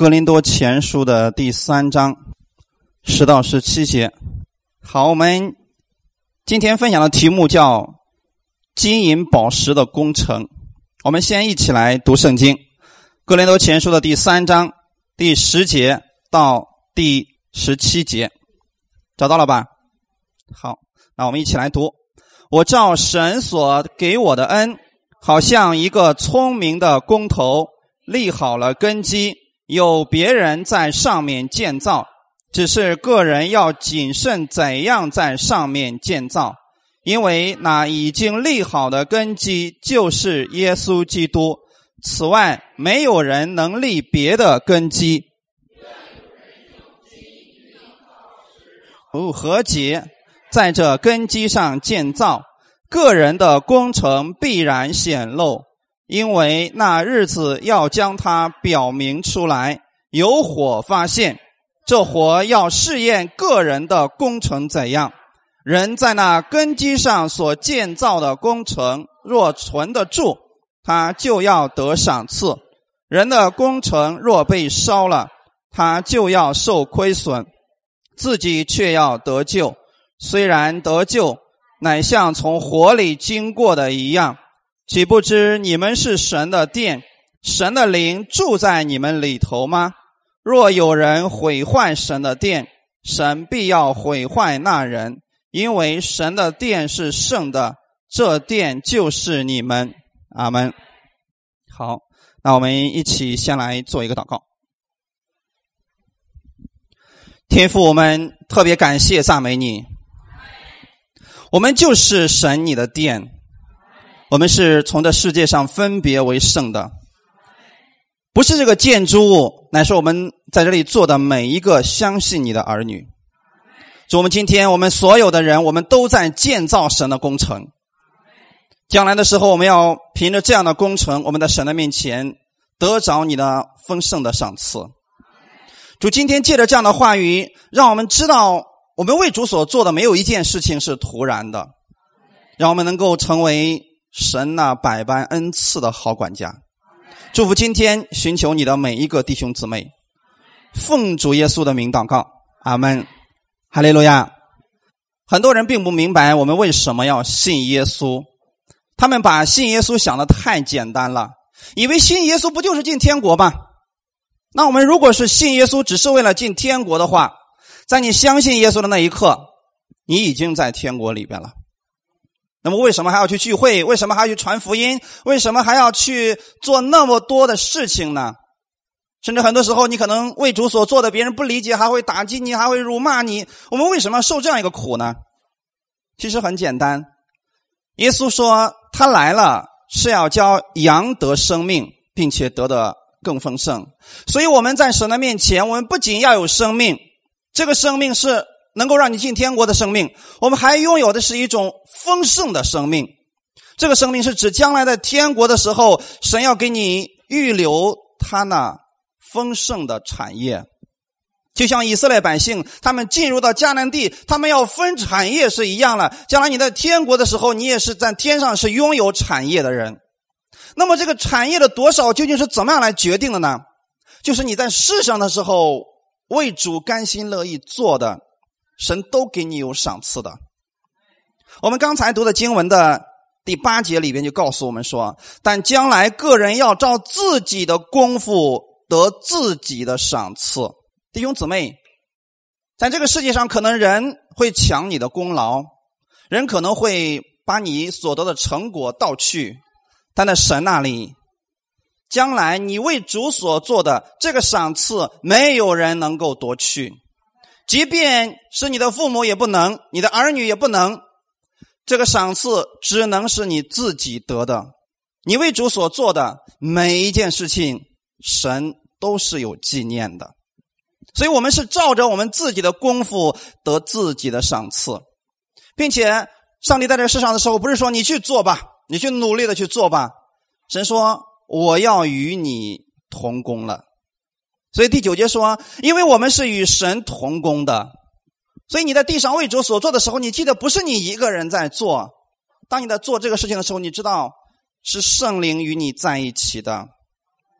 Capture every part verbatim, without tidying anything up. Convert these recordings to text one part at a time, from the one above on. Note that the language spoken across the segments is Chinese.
哥林多前书的第三章十到十七节。好，我们今天分享的题目叫金银宝石的工程。我们先一起来读圣经，哥林多前书的第三章第十节到第十七节，找到了吧？好，那我们一起来读。我照神所给我的恩，好像一个聪明的工头立好了根基，有别人在上面建造，只是个人要谨慎怎样在上面建造，因为那已经立好的根基就是耶稣基督，此外没有人能立别的根基。哦，何解？在这根基上建造，个人的工程必然显露，因为那日子要将它表明出来，有火发现，这火要试验个人的工程怎样。人在那根基上所建造的工程若存得住，他就要得赏赐；人的工程若被烧了，他就要受亏损，自己却要得救。虽然得救，乃像从火里经过的一样。岂不知你们是神的殿，神的灵住在你们里头吗？若有人毁坏神的殿，神必要毁坏那人，因为神的殿是圣的，这殿就是你们。阿们。好，那我们一起先来做一个祷告。天父，我们特别感谢赞美你，我们就是神你的殿，我们是从这世界上分别为圣的，不是这个建筑物，乃是我们在这里做的每一个相信你的儿女。主，我们今天我们所有的人，我们都在建造神的工程，将来的时候我们要凭着这样的工程，我们在神的面前得着你的丰盛的赏赐。主，今天借着这样的话语，让我们知道我们为主所做的没有一件事情是突然的，让我们能够成为神那百般恩赐的好管家。祝福今天寻求你的每一个弟兄姊妹，奉主耶稣的名祷告，阿们。哈利路亚。很多人并不明白我们为什么要信耶稣，他们把信耶稣想得太简单了，以为信耶稣不就是进天国吗？那我们如果是信耶稣只是为了进天国的话，在你相信耶稣的那一刻，你已经在天国里边了。那么为什么还要去聚会？为什么还要去传福音？为什么还要去做那么多的事情呢？甚至很多时候你可能为主所做的别人不理解，还会打击你，还会辱骂你，我们为什么要受这样一个苦呢？其实很简单，耶稣说他来了是要叫羊得生命，并且得的更丰盛。所以我们在神的面前，我们不仅要有生命，这个生命是能够让你进天国的生命，我们还拥有的是一种丰盛的生命。这个生命是指将来在天国的时候，神要给你预留他那丰盛的产业。就像以色列百姓他们进入到迦南地，他们要分产业是一样了。将来你在天国的时候，你也是在天上是拥有产业的人。那么这个产业的多少究竟是怎么样来决定的呢？就是你在世上的时候为主甘心乐意做的，神都给你有赏赐的。我们刚才读的经文的第八节里边就告诉我们说，但将来个人要照自己的功夫得自己的赏赐。弟兄姊妹，在这个世界上可能人会抢你的功劳，人可能会把你所得的成果盗去，但在神那里，将来你为主所做的这个赏赐没有人能够夺去，即便是你的父母也不能，你的儿女也不能，这个赏赐只能是你自己得的。你为主所做的每一件事情，神都是有纪念的。所以我们是照着我们自己的功夫得自己的赏赐，并且上帝在这世上的时候不是说你去做吧，你去努力的去做吧，神说我要与你同工了。所以第九节说，因为我们是与神同工的，所以你在地上为主所做的时候，你记得不是你一个人在做，当你在做这个事情的时候，你知道是圣灵与你在一起的。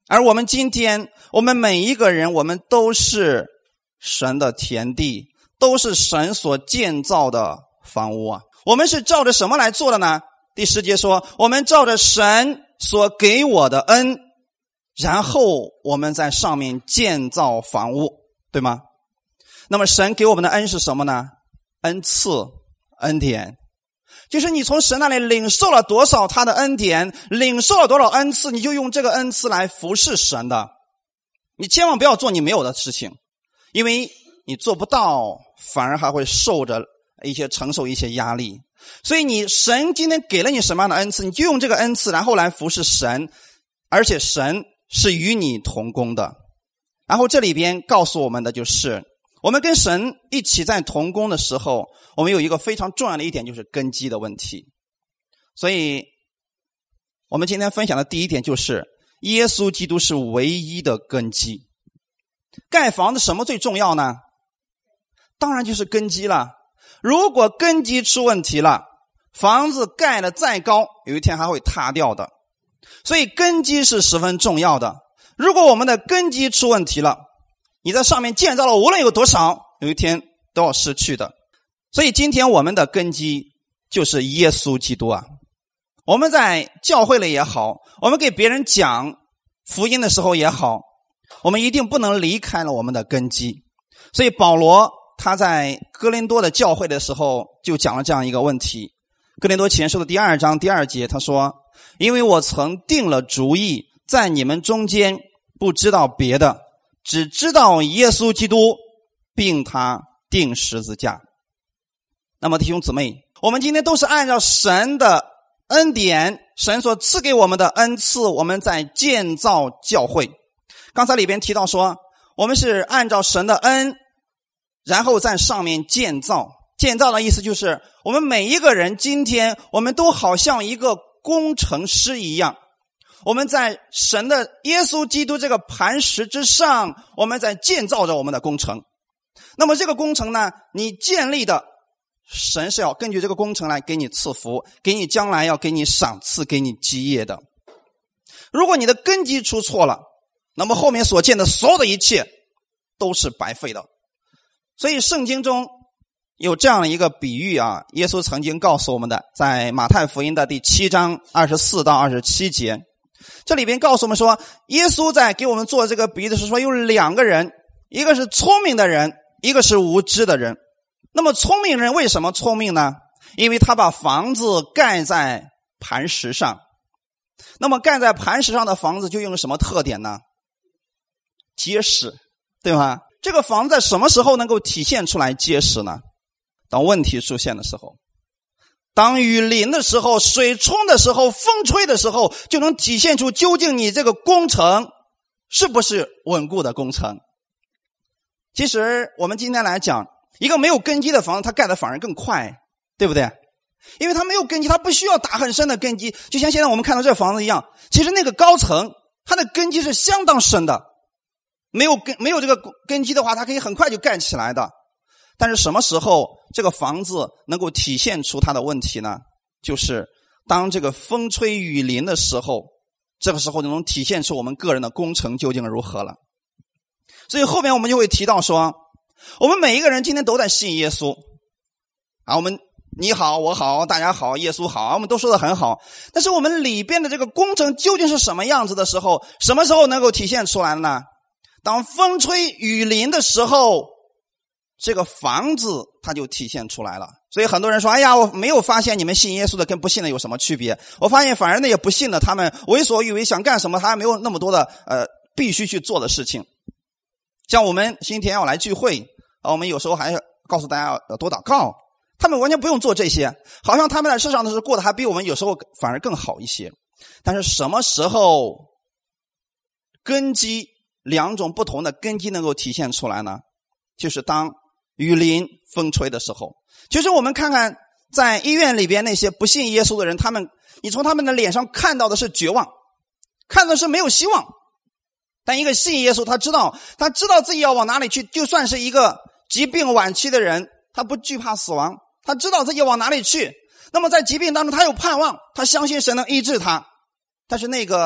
而我们今天，我们每一个人，我们都是神的田地，都是神所建造的房屋啊。我们是照着什么来做的呢？第十节说，我们照着神所给我的恩，然后我们在上面建造房屋，对吗？那么神给我们的恩是什么呢？恩赐、恩典，就是你从神那里领受了多少他的恩典，领受了多少恩赐，你就用这个恩赐来服侍神的。你千万不要做你没有的事情，因为你做不到，反而还会受着一些承受一些压力。所以你神今天给了你什么样的恩赐，你就用这个恩赐然后来服侍神，而且神是与你同工的。然后这里边告诉我们的就是，我们跟神一起在同工的时候，我们有一个非常重要的一点，就是根基的问题。所以我们今天分享的第一点就是，耶稣基督是唯一的根基。盖房子什么最重要呢？当然就是根基了。如果根基出问题了，房子盖得再高，有一天还会塌掉的。所以根基是十分重要的。如果我们的根基出问题了，你在上面建造了无论有多少，有一天都要失去的。所以今天我们的根基就是耶稣基督啊。我们在教会里也好，我们给别人讲福音的时候也好，我们一定不能离开了我们的根基。所以保罗他在哥林多的教会的时候就讲了这样一个问题。哥林多前书的第二章第二节他说，因为我曾定了主意，在你们中间不知道别的，只知道耶稣基督并他钉十字架。那么弟兄姊妹，我们今天都是按照神的恩典，神所赐给我们的恩赐，我们在建造教会。刚才里边提到说，我们是按照神的恩，然后在上面建造。建造的意思就是，我们每一个人今天，我们都好像一个工程师一样，我们在神的耶稣基督这个磐石之上，我们在建造着我们的工程。那么这个工程呢，你建立的，神是要根据这个工程来给你赐福，给你将来要给你赏赐，给你基业的。如果你的根基出错了，那么后面所建的所有的一切都是白费的。所以圣经中有这样的一个比喻啊，耶稣曾经告诉我们的，在马太福音的第七章二十四到二十七节，这里边告诉我们说，耶稣在给我们做这个比喻的是说，有两个人，一个是聪明的人，一个是无知的人。那么聪明人为什么聪明呢？因为他把房子盖在磐石上。那么盖在磐石上的房子就有什么特点呢？结实，对吧？这个房子在什么时候能够体现出来结实呢？当问题出现的时候，当雨淋的时候，水冲的时候，风吹的时候，就能体现出究竟你这个工程是不是稳固的工程。其实我们今天来讲，一个没有根基的房子，它盖的反而更快，对不对？因为它没有根基，它不需要打很深的根基，就像现在我们看到这房子一样，其实那个高层它的根基是相当深的，没有根没有这个根基的话，它可以很快就盖起来的。但是什么时候这个房子能够体现出它的问题呢？就是当这个风吹雨淋的时候，这个时候就能体现出我们个人的工程究竟如何了。所以后面我们就会提到说，我们每一个人今天都在信耶稣啊，我们你好我好大家好耶稣好，我们都说得很好，但是我们里边的这个工程究竟是什么样子的时候，什么时候能够体现出来呢？当风吹雨淋的时候，这个房子它就体现出来了。所以很多人说，哎呀，我没有发现你们信耶稣的跟不信的有什么区别，我发现反而那些不信的，他们为所欲为，想干什么他还没有那么多的呃必须去做的事情。像我们今天要来聚会啊，我们有时候还告诉大家要多祷告，他们完全不用做这些，好像他们在世上的时候过得还比我们有时候反而更好一些。但是什么时候根基两种不同的根基能够体现出来呢？就是当雨淋风吹的时候。其实我们看看在医院里边那些不信耶稣的人，他们你从他们的脸上看到的是绝望，看的是没有希望。但一个信耶稣，他知道他知道自己要往哪里去，就算是一个疾病晚期的人，他不惧怕死亡，他知道自己往哪里去。那么在疾病当中他有盼望，他相信神能医治他。但是那个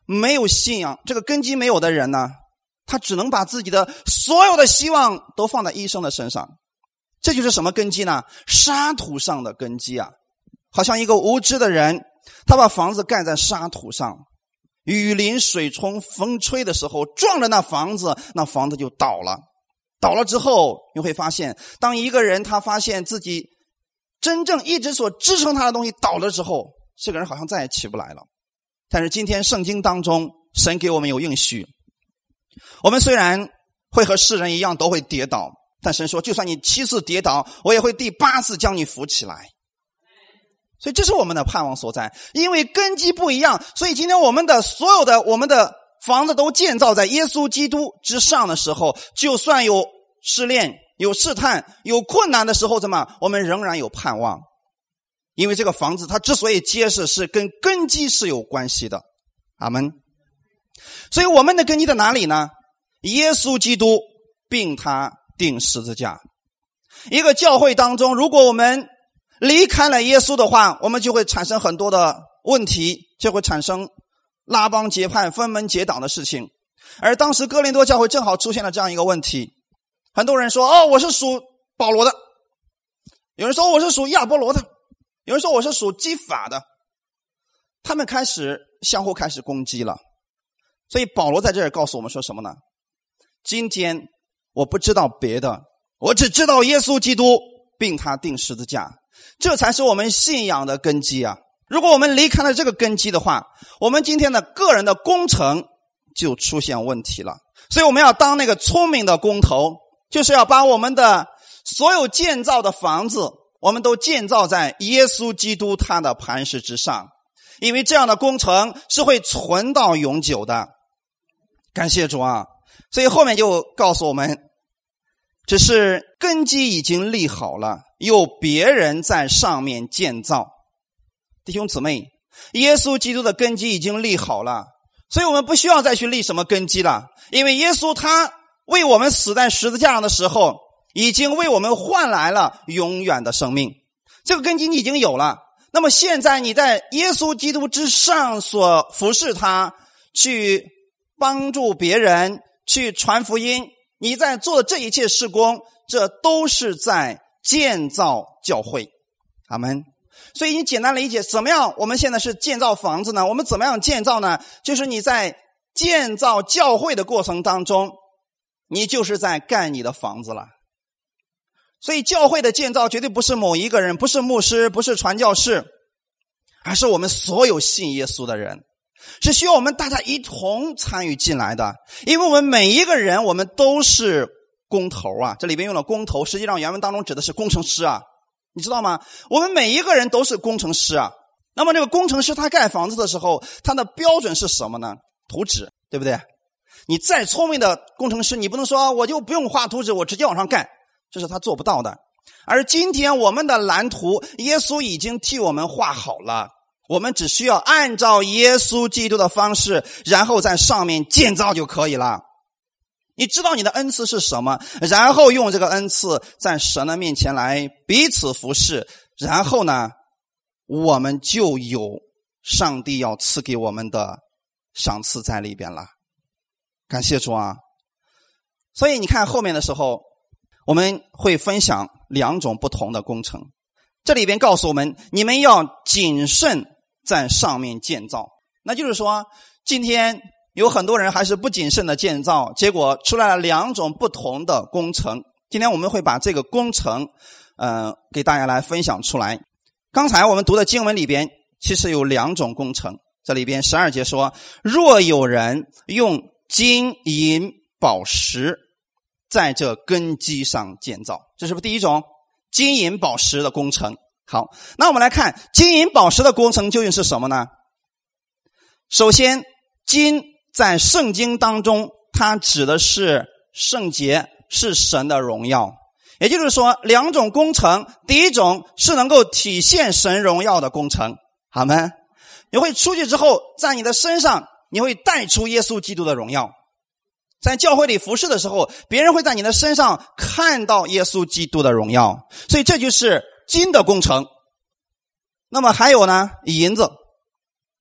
没有信仰，这个根基没有的人呢，他只能把自己的所有的希望都放在医生的身上。这就是什么根基呢？沙土上的根基啊！好像一个无知的人，他把房子盖在沙土上，雨淋水冲风吹的时候撞着那房子，那房子就倒了。倒了之后你会发现，当一个人他发现自己真正一直所支撑他的东西倒了之后，这个人好像再也起不来了。但是今天圣经当中神给我们有应许，我们虽然会和世人一样都会跌倒，但神说就算你七次跌倒，我也会第八次将你扶起来。所以这是我们的盼望所在，因为根基不一样，所以今天我们的所有的我们的房子都建造在耶稣基督之上的时候，就算有试炼有试探有困难的时候，怎么我们仍然有盼望。因为这个房子它之所以结实，是跟根基是有关系的。阿们。所以我们的根基在哪里呢？耶稣基督并他钉十字架。一个教会当中，如果我们离开了耶稣的话，我们就会产生很多的问题，就会产生拉帮结派分门结党的事情。而当时哥林多教会正好出现了这样一个问题，很多人说哦，我是属保罗的，有人说我是属亚波罗的，有人说我是属基法的，他们开始相互开始攻击了。所以保罗在这儿告诉我们说什么呢？今天我不知道别的，我只知道耶稣基督并他钉十字架，这才是我们信仰的根基啊！如果我们离开了这个根基的话，我们今天的个人的工程就出现问题了。所以我们要当那个聪明的工头，就是要把我们的所有建造的房子，我们都建造在耶稣基督他的磐石之上，因为这样的工程是会存到永久的。感谢主啊！所以后面就告诉我们，只是根基已经立好了，有别人在上面建造。弟兄姊妹，耶稣基督的根基已经立好了，所以我们不需要再去立什么根基了，因为耶稣他为我们死在十字架上的时候，已经为我们换来了永远的生命。这个根基你已经有了，那么现在你在耶稣基督之上所服侍他，去帮助别人，去传福音，你在做的这一切事工，这都是在建造教会。阿们。所以你简单理解怎么样我们现在是建造房子呢？我们怎么样建造呢？就是你在建造教会的过程当中，你就是在盖你的房子了。所以教会的建造绝对不是某一个人，不是牧师，不是传教士，而是我们所有信耶稣的人，是需要我们大家一同参与进来的。因为我们每一个人，我们都是工头啊，这里边用了工头，实际上原文当中指的是工程师啊，你知道吗？我们每一个人都是工程师啊。那么这个工程师他盖房子的时候，他的标准是什么呢？图纸，对不对？你再聪明的工程师，你不能说我就不用画图纸，我直接往上盖，这是他做不到的。而今天我们的蓝图，耶稣已经替我们画好了，我们只需要按照耶稣基督的方式，然后在上面建造就可以了。你知道你的恩赐是什么，然后用这个恩赐在神的面前来彼此服侍，然后呢，我们就有上帝要赐给我们的赏赐在里边了。感谢主啊！所以你看后面的时候，我们会分享两种不同的工程。这里边告诉我们，你们要谨慎在上面建造。那就是说，今天有很多人还是不谨慎的建造，结果出来了两种不同的工程。今天我们会把这个工程呃，给大家来分享出来。刚才我们读的经文里边其实有两种工程，这里边十二节说，若有人用金银宝石在这根基上建造，这是不是第一种金银宝石的工程？好，那我们来看金银宝石的工程究竟是什么呢？首先，金在圣经当中它指的是圣洁，是神的荣耀。也就是说，两种工程，第一种是能够体现神荣耀的工程，好吗？你会出去之后，在你的身上你会带出耶稣基督的荣耀。在教会里服侍的时候，别人会在你的身上看到耶稣基督的荣耀，所以这就是金的工程。那么还有呢，银子。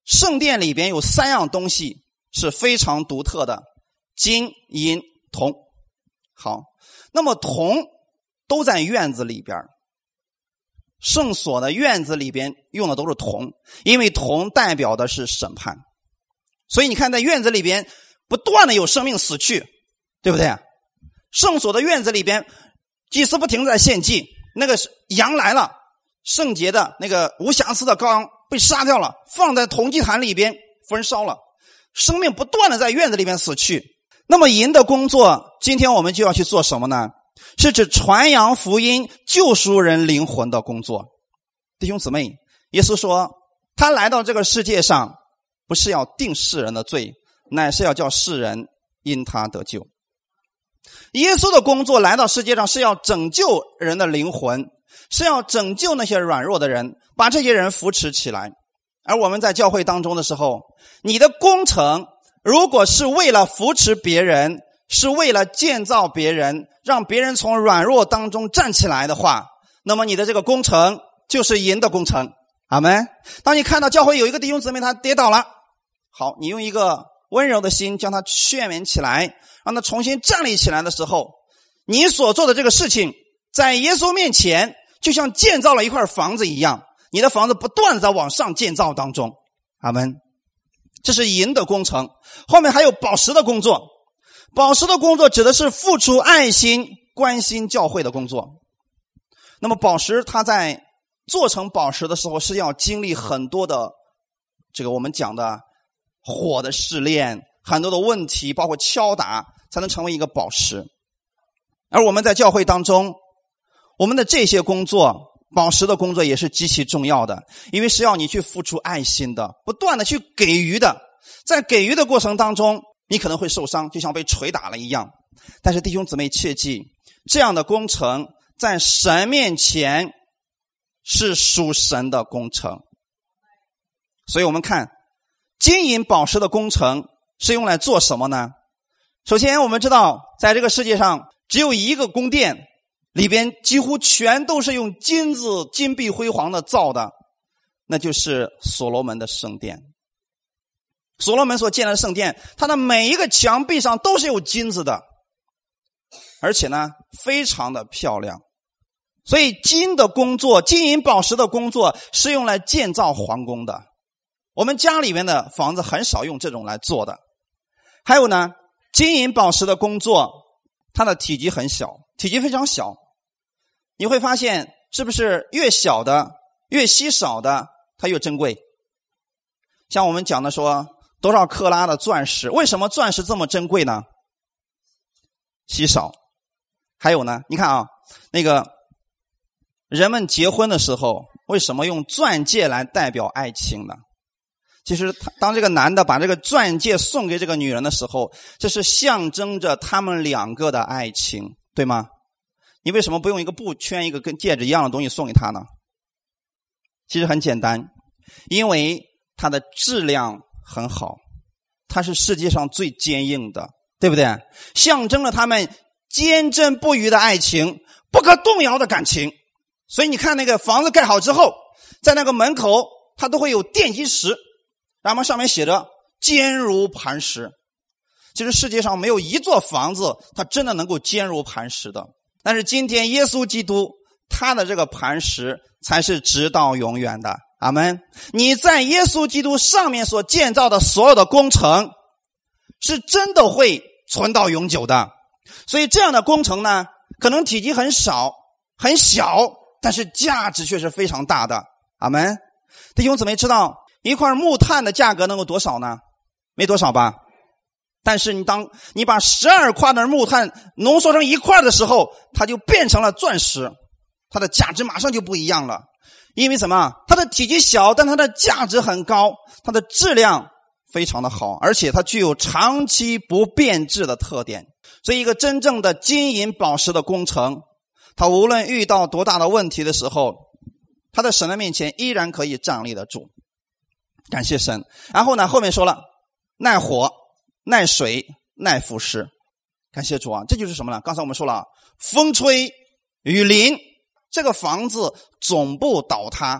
圣殿里边有三样东西是非常独特的，金银铜。好，那么铜都在院子里边，圣所的院子里边用的都是铜，因为铜代表的是审判。所以你看在院子里边不断的有生命死去，对不对？圣所的院子里边祭司不停地在献祭，那个羊来了，圣洁的那个无瑕疵的羔羊被杀掉了，放在铜祭坛里边焚烧了，生命不断的在院子里边死去。那么银的工作今天我们就要去做什么呢？是指传扬福音救赎人灵魂的工作。弟兄姊妹，耶稣说他来到这个世界上不是要定世人的罪，乃是要叫世人因他得救。耶稣的工作来到世界上是要拯救人的灵魂，是要拯救那些软弱的人，把这些人扶持起来。而我们在教会当中的时候，你的工程如果是为了扶持别人，是为了建造别人，让别人从软弱当中站起来的话，那么你的这个工程就是银的工程。阿们。当你看到教会有一个弟兄姊妹他跌倒了，好，你用一个温柔的心将他劝勉起来，让他重新站立起来的时候，你所做的这个事情在耶稣面前就像建造了一块房子一样，你的房子不断地在往上建造当中。阿们。这是银的工程。后面还有宝石的工作，宝石的工作指的是付出爱心关心教会的工作。那么宝石它在做成宝石的时候是要经历很多的这个我们讲的火的试炼，很多的问题包括敲打，才能成为一个宝石。而我们在教会当中，我们的这些工作，宝石的工作也是极其重要的，因为是要你去付出爱心的，不断的去给予的。在给予的过程当中，你可能会受伤，就像被捶打了一样。但是弟兄姊妹切记，这样的工程在神面前是属神的工程。所以我们看金银宝石的工程是用来做什么呢？首先我们知道在这个世界上只有一个宫殿，里边几乎全都是用金子金碧辉煌的造的，那就是所罗门的圣殿。所罗门所建的圣殿，它的每一个墙壁上都是有金子的，而且呢非常的漂亮。所以金的工作，金银宝石的工作是用来建造皇宫的。我们家里面的房子很少用这种来做的。还有呢，金银宝石的工作，它的体积很小，体积非常小。你会发现是不是越小的越稀少的它越珍贵。像我们讲的说多少克拉的钻石，为什么钻石这么珍贵呢？稀少。还有呢，你看啊，那个人们结婚的时候为什么用钻戒来代表爱情呢？其实当这个男的把这个钻戒送给这个女人的时候，这是象征着他们两个的爱情，对吗？你为什么不用一个布圈一个跟戒指一样的东西送给他呢？其实很简单，因为它的质量很好，它是世界上最坚硬的，对不对？象征了他们坚贞不渝的爱情，不可动摇的感情。所以你看那个房子盖好之后，在那个门口它都会有奠基石，然后上面写着坚如磐石。其实世界上没有一座房子它真的能够坚如磐石的，但是今天耶稣基督他的这个磐石才是直到永远的。阿们。你在耶稣基督上面所建造的所有的工程是真的会存到永久的。所以这样的工程呢，可能体积很少很小，但是价值却是非常大的。阿们。弟兄姊妹知道一块木炭的价格能够多少呢？没多少吧。但是你当你把十二块的木炭浓缩成一块的时候，它就变成了钻石，它的价值马上就不一样了。因为什么？它的体积小，但它的价值很高，它的质量非常的好，而且它具有长期不变质的特点。所以一个真正的金银宝石的工程，它无论遇到多大的问题的时候，它在神的面前依然可以站立得住。感谢神。然后呢，后面说了耐火耐水耐腐蚀。感谢主啊，这就是什么呢？刚才我们说了风吹雨淋，这个房子总不倒塌，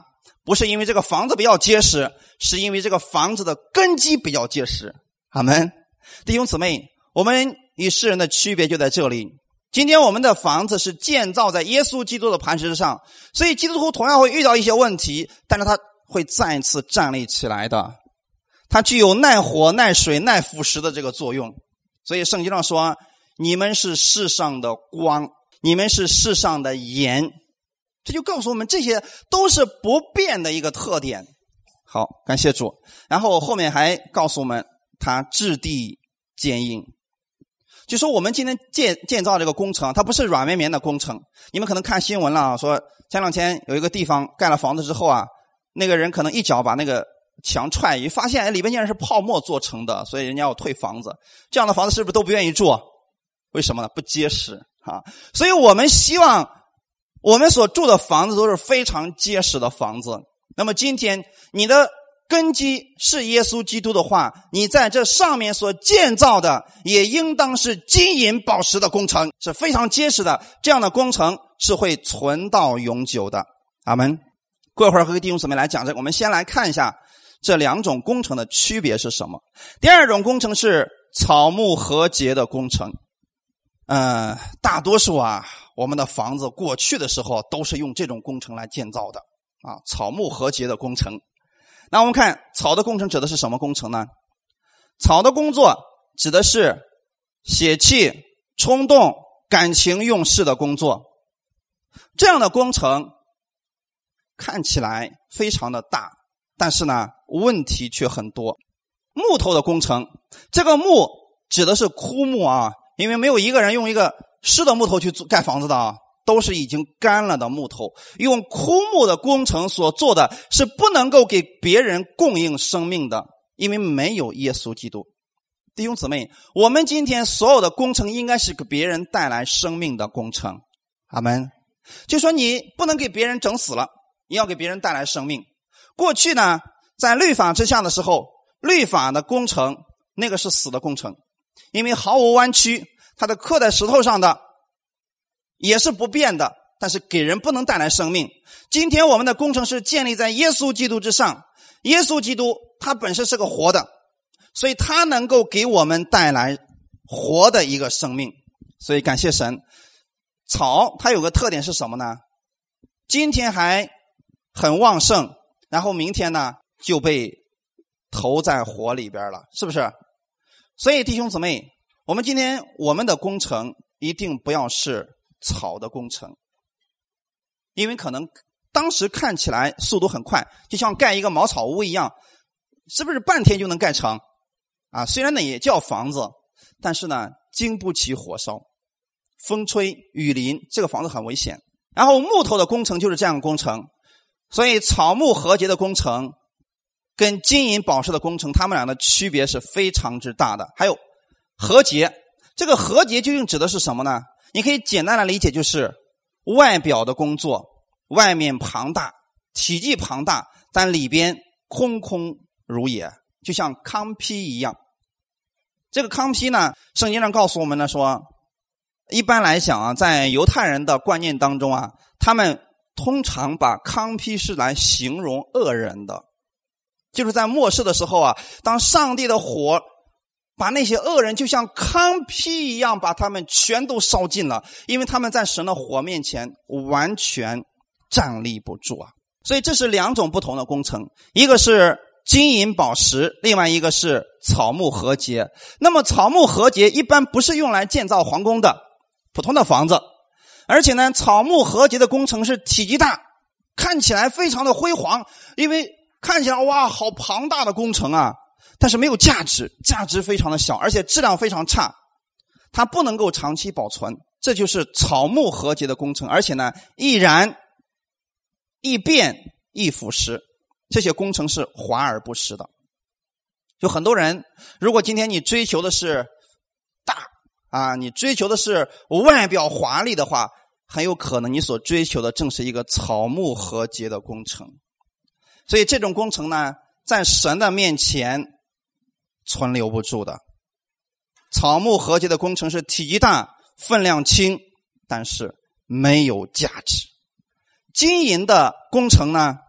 不是因为这个房子比较结实，是因为这个房子的根基比较结实。阿们。弟兄姊妹，我们与世人的区别就在这里。今天我们的房子是建造在耶稣基督的磐石之上，所以基督徒同样会遇到一些问题，但是他会再一次站立起来的。它具有耐火、耐水、耐腐蚀的这个作用。所以圣经上说，你们是世上的光，你们是世上的盐。这就告诉我们，这些都是不变的一个特点。好，感谢主。然后后面还告诉我们，它质地坚硬。就说我们今天建建造这个工程，它不是软绵绵的工程。你们可能看新闻了，说前两天有一个地方盖了房子之后啊，那个人可能一脚把那个墙踹一，发现里面竟然是泡沫做成的，所以人家要退房子。这样的房子是不是都不愿意住？为什么呢？不结实啊！所以我们希望我们所住的房子都是非常结实的房子。那么今天你的根基是耶稣基督的话，你在这上面所建造的也应当是金银宝石的工程，是非常结实的。这样的工程是会存到永久的。阿们。过一会儿和弟兄姊妹来讲这个，我们先来看一下这两种工程的区别是什么。第二种工程是草木和结的工程。呃，大多数啊，我们的房子过去的时候都是用这种工程来建造的啊，草木和结的工程。那我们看草的工程指的是什么工程呢？草的工作指的是血气、冲动、感情用事的工作。这样的工程看起来非常的大，但是呢，问题却很多。木头的工程，这个木指的是枯木啊，因为没有一个人用一个湿的木头去盖房子的啊，都是已经干了的木头。用枯木的工程所做的是不能够给别人供应生命的，因为没有耶稣基督。弟兄姊妹，我们今天所有的工程应该是给别人带来生命的工程。阿们。就说你不能给别人整死了，你要给别人带来生命。过去呢，在律法之下的时候，律法的工程那个是死的工程，因为毫无弯曲，它的刻在石头上的也是不变的，但是给人不能带来生命。今天我们的工程是建立在耶稣基督之上，耶稣基督他本身是个活的，所以他能够给我们带来活的一个生命。所以感谢神。草它有个特点是什么呢？今天还很旺盛，然后明天呢就被投在火里边了，是不是？所以弟兄姊妹，我们今天我们的工程一定不要是草的工程，因为可能当时看起来速度很快，就像盖一个茅草屋一样，是不是半天就能盖成啊？虽然呢也叫房子，但是呢经不起火烧，风吹雨淋，这个房子很危险。然后木头的工程就是这样的工程，所以草木和结的工程跟金银宝石的工程，它们俩的区别是非常之大的。还有和结，这个和结究竟指的是什么呢？你可以简单的理解，就是外表的工作，外面庞大，体积庞大，但里边空空如也，就像糠坯一样。这个糠坯呢，圣经上告诉我们呢说，一般来讲啊，在犹太人的观念当中啊，他们通常把糠坯是来形容恶人的，就是在末世的时候啊，当上帝的火把那些恶人就像糠坯一样把他们全都烧尽了，因为他们在神的火面前完全站立不住啊。所以这是两种不同的工程，一个是金银宝石，另外一个是草木和结。那么草木和结一般不是用来建造皇宫的普通的房子，而且呢，草木和结的工程是体积大，看起来非常的辉煌，因为看起来哇好庞大的工程啊，但是没有价值，价值非常的小，而且质量非常差，它不能够长期保存。这就是草木和结的工程，而且呢易燃易变易腐蚀，这些工程是华而不实的。就很多人，如果今天你追求的是大啊，你追求的是外表华丽的话，很有可能你所追求的正是一个草木和结的工程。所以这种工程呢，在神的面前存留不住的。草木和结的工程是体积大，分量轻，但是没有价值。金银的工程呢，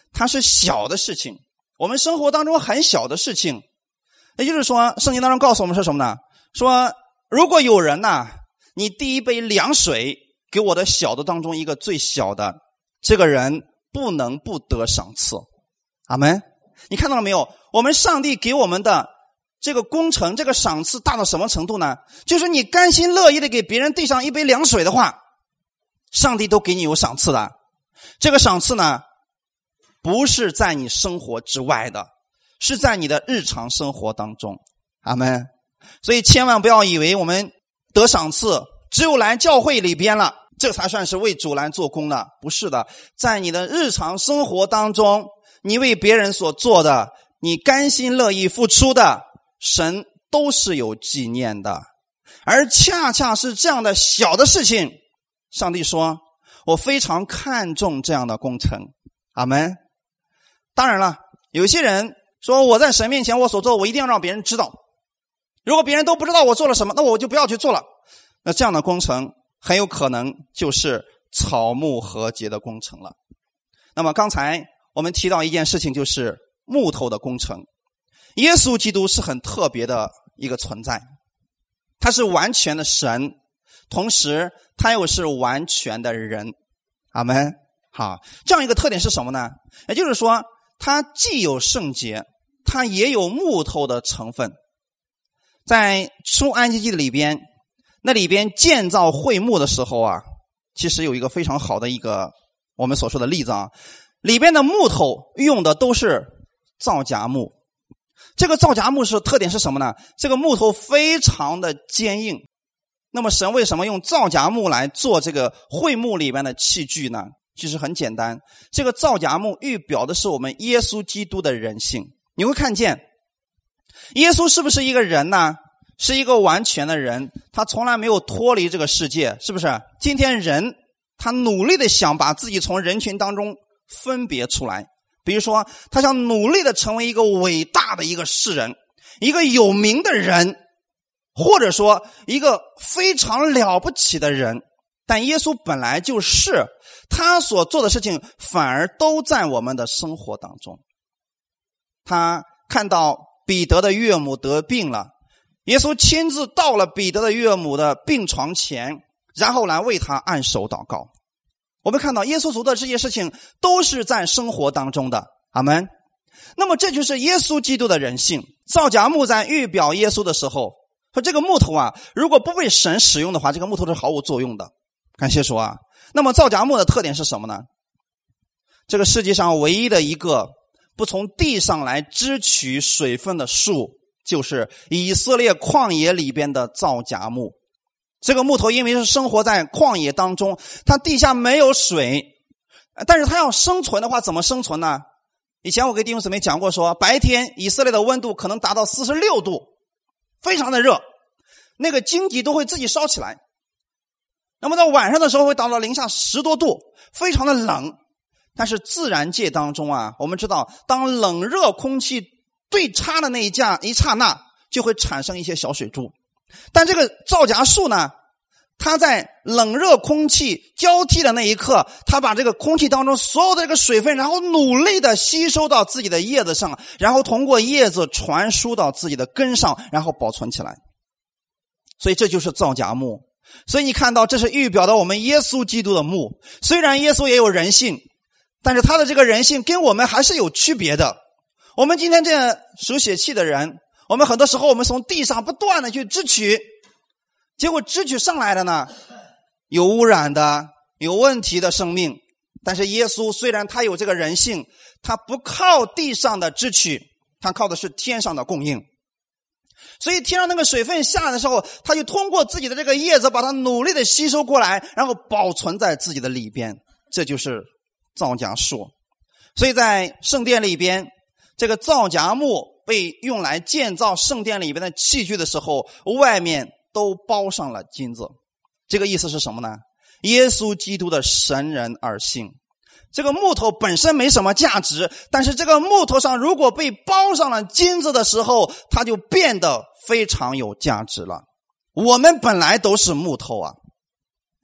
它是小的事情，我们生活当中很小的事情。也就是说，圣经当中告诉我们是什么呢？说如果有人呐，你第一杯凉水给我的小的当中一个最小的，这个人不能不得赏赐。阿们。你看到了没有？我们上帝给我们的这个工程，这个赏赐大到什么程度呢？就是你甘心乐意的给别人递上一杯凉水的话，上帝都给你有赏赐的。这个赏赐呢，不是在你生活之外的，是在你的日常生活当中。阿们。所以千万不要以为我们得赏赐只有来教会里边了，这才算是为主来做工的。不是的，在你的日常生活当中，你为别人所做的，你甘心乐意付出的，神都是有纪念的。而恰恰是这样的小的事情，上帝说我非常看重这样的工程。阿们。当然了，有些人说我在神面前我所做我一定要让别人知道，如果别人都不知道我做了什么，那我就不要去做了。那这样的工程很有可能就是草木和结的工程了。那么刚才我们提到一件事情，就是木头的工程。耶稣基督是很特别的一个存在，他是完全的神，同时他又是完全的人。阿们。好，这样一个特点是什么呢？也就是说他既有圣洁，他也有木头的成分。在出埃及记里边，那里边建造会幕的时候啊，其实有一个非常好的一个我们所说的例子啊，里边的木头用的都是皂荚木。这个皂荚木是特点是什么呢？这个木头非常的坚硬。那么神为什么用皂荚木来做这个会幕里边的器具呢？其实很简单，这个皂荚木预表的是我们耶稣基督的人性。你会看见耶稣是不是一个人呢？是一个完全的人，他从来没有脱离这个世界，是不是？今天人他努力的想把自己从人群当中分别出来，比如说他想努力的成为一个伟大的一个世人，一个有名的人，或者说一个非常了不起的人。但耶稣本来就是，他所做的事情反而都在我们的生活当中。他看到彼得的岳母得病了，耶稣亲自到了彼得的岳母的病床前，然后来为他按手祷告。我们看到耶稣所做的这些事情都是在生活当中的。阿们。那么这就是耶稣基督的人性。皂荚木在预表耶稣的时候，说这个木头啊，如果不被神使用的话，这个木头是毫无作用的。感谢主啊。那么皂荚木的特点是什么呢？这个世界上唯一的一个不从地上来支取水分的树，就是以色列旷野里边的皂荚木。这个木头因为是生活在旷野当中，它地下没有水，但是它要生存的话怎么生存呢？以前我给弟兄姊妹讲过说，白天以色列的温度可能达到四十六度，非常的热，那个荆棘都会自己烧起来。那么到晚上的时候会达到零下十多度，非常的冷。但是自然界当中啊，我们知道当冷热空气对差的那一架一刹那，就会产生一些小水珠。但这个皂荚树呢，它在冷热空气交替的那一刻，它把这个空气当中所有的这个水分，然后努力的吸收到自己的叶子上，然后通过叶子传输到自己的根上，然后保存起来。所以这就是皂荚木。所以你看到这是预表的我们耶稣基督的木。虽然耶稣也有人性，但是他的这个人性跟我们还是有区别的。我们今天这样属血气的人，我们很多时候我们从地上不断的去支取，结果支取上来的呢，有污染的，有问题的生命。但是耶稣虽然他有这个人性，他不靠地上的支取，他靠的是天上的供应。所以天上那个水分下来的时候，他就通过自己的这个叶子把它努力的吸收过来，然后保存在自己的里边。这就是皂荚树。所以在圣殿里边，这个皂荚木被用来建造圣殿里边的器具的时候，外面都包上了金子。这个意思是什么呢？耶稣基督的神人二性。这个木头本身没什么价值，但是这个木头上如果被包上了金子的时候，它就变得非常有价值了。我们本来都是木头啊，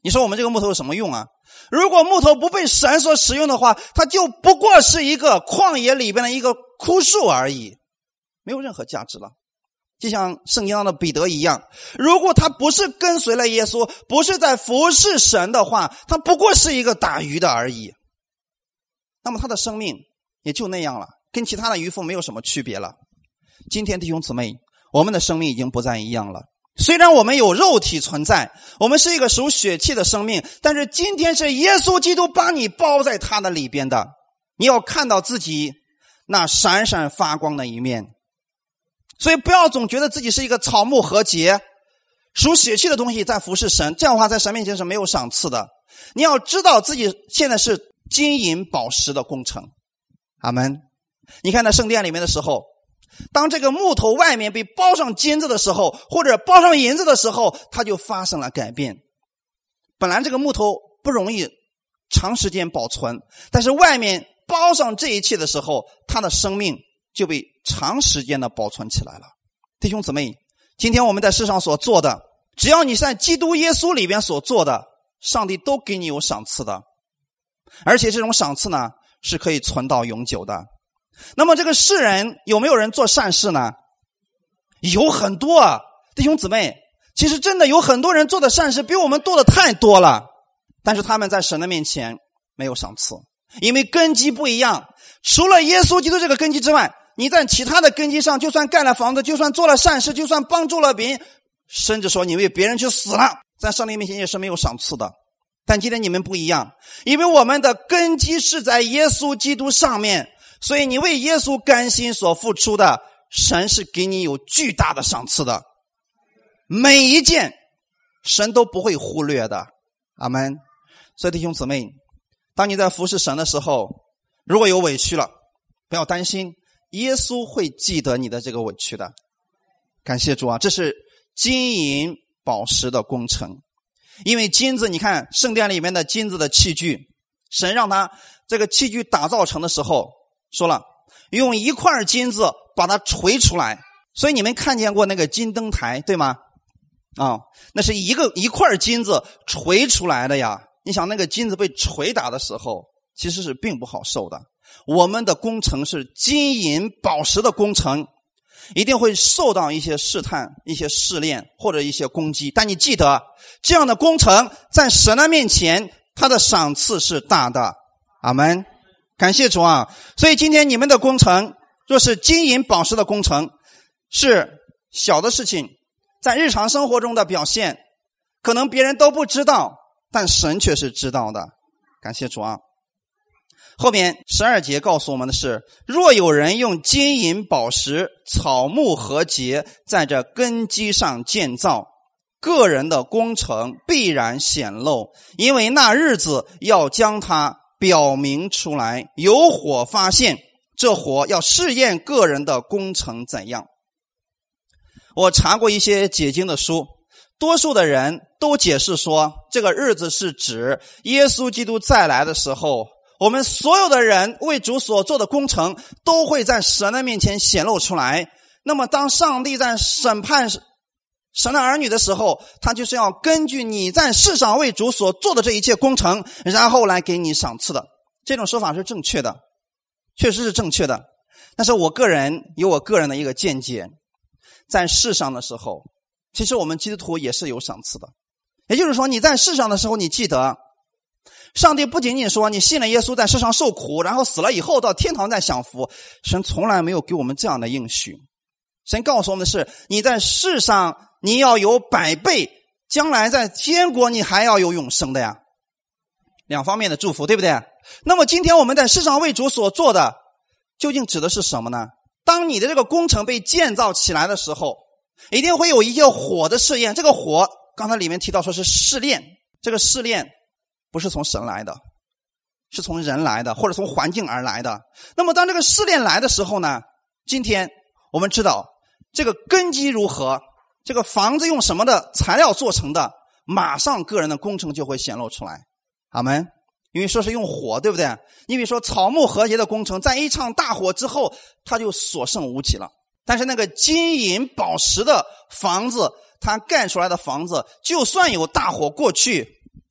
你说我们这个木头有什么用啊？如果木头不被神所使用的话，它就不过是一个旷野里边的一个枯树而已，没有任何价值了。就像圣经上的彼得一样，如果他不是跟随了耶稣，不是在服侍神的话，他不过是一个打鱼的而已。那么他的生命也就那样了，跟其他的渔夫没有什么区别了。今天弟兄姊妹，我们的生命已经不再一样了。虽然我们有肉体存在，我们是一个属血气的生命，但是今天是耶稣基督把你包在他的里边的，你要看到自己那闪闪发光的一面。所以不要总觉得自己是一个草木和结属血气的东西在服侍神，这样的话在神面前是没有赏赐的。你要知道自己现在是金银宝石的工程。阿们。你看在圣殿里面的时候，当这个木头外面被包上金子的时候，或者包上银子的时候，它就发生了改变。本来这个木头不容易长时间保存，但是外面包上这一切的时候，它的生命就被长时间的保存起来了。弟兄姊妹，今天我们在世上所做的，只要你在基督耶稣里边所做的，上帝都给你有赏赐的，而且这种赏赐呢是可以存到永久的。那么这个世人有没有人做善事呢？有很多啊，弟兄姊妹，其实真的有很多人做的善事比我们多的太多了，但是他们在神的面前没有赏赐，因为根基不一样。除了耶稣基督这个根基之外，你在其他的根基上，就算盖了房子，就算做了善事，就算帮助了别人，甚至说你为别人去死了，在上帝面前也是没有赏赐的。但今天你们不一样，因为我们的根基是在耶稣基督上面，所以你为耶稣甘心所付出的，神是给你有巨大的赏赐的，每一件神都不会忽略的。阿们。所以弟兄姊妹，当你在服侍神的时候，如果有委屈了，不要担心，耶稣会记得你的这个委屈的。感谢主啊，这是金银宝石的工程。因为金子，你看圣殿里面的金子的器具，神让他这个器具打造成的时候说了，用一块金子把它锤出来。所以你们看见过那个金灯台对吗？啊、哦，那是一个一块金子锤出来的呀。你想那个金子被锤打的时候，其实是并不好受的。我们的工程是金银宝石的工程，一定会受到一些试探、一些试炼或者一些攻击，但你记得，这样的工程在神的面前，他的赏赐是大的。阿们。感谢主啊！所以今天你们的工程若是金银宝石的工程，是小的事情，在日常生活中的表现可能别人都不知道，但神却是知道的。感谢主啊！后面十二节告诉我们的是，若有人用金银宝石草木和结在这根基上建造，个人的工程必然显露，因为那日子要将它表明出来，有火发现，这火要试验个人的工程怎样。我查过一些解经的书，多数的人都解释说，这个日子是指耶稣基督再来的时候，我们所有的人为主所做的工程都会在神的面前显露出来。那么当上帝在审判神的儿女的时候，他就是要根据你在世上为主所做的这一切工程，然后来给你赏赐的。这种说法是正确的，确实是正确的。但是我个人有我个人的一个见解，在世上的时候，其实我们基督徒也是有赏赐的。也就是说，你在世上的时候，你记得上帝不仅仅说你信了耶稣在世上受苦，然后死了以后到天堂再享福，神从来没有给我们这样的应许。神告诉我们的是，你在世上你要有百倍，将来在天国你还要有永生的呀，两方面的祝福，对不对？那么今天我们在世上为主所做的究竟指的是什么呢？当你的这个工程被建造起来的时候，一定会有一个火的试验。这个火刚才里面提到说是试炼，这个试炼不是从神来的，是从人来的，或者从环境而来的。那么当这个试炼来的时候呢，今天我们知道这个根基如何，这个房子用什么的材料做成的，马上个人的工程就会显露出来。阿们。因为说是用火，对不对？因为说草木和结的工程，在一场大火之后，它就所剩无几了。但是那个金银宝石的房子，它盖出来的房子，就算有大火过去，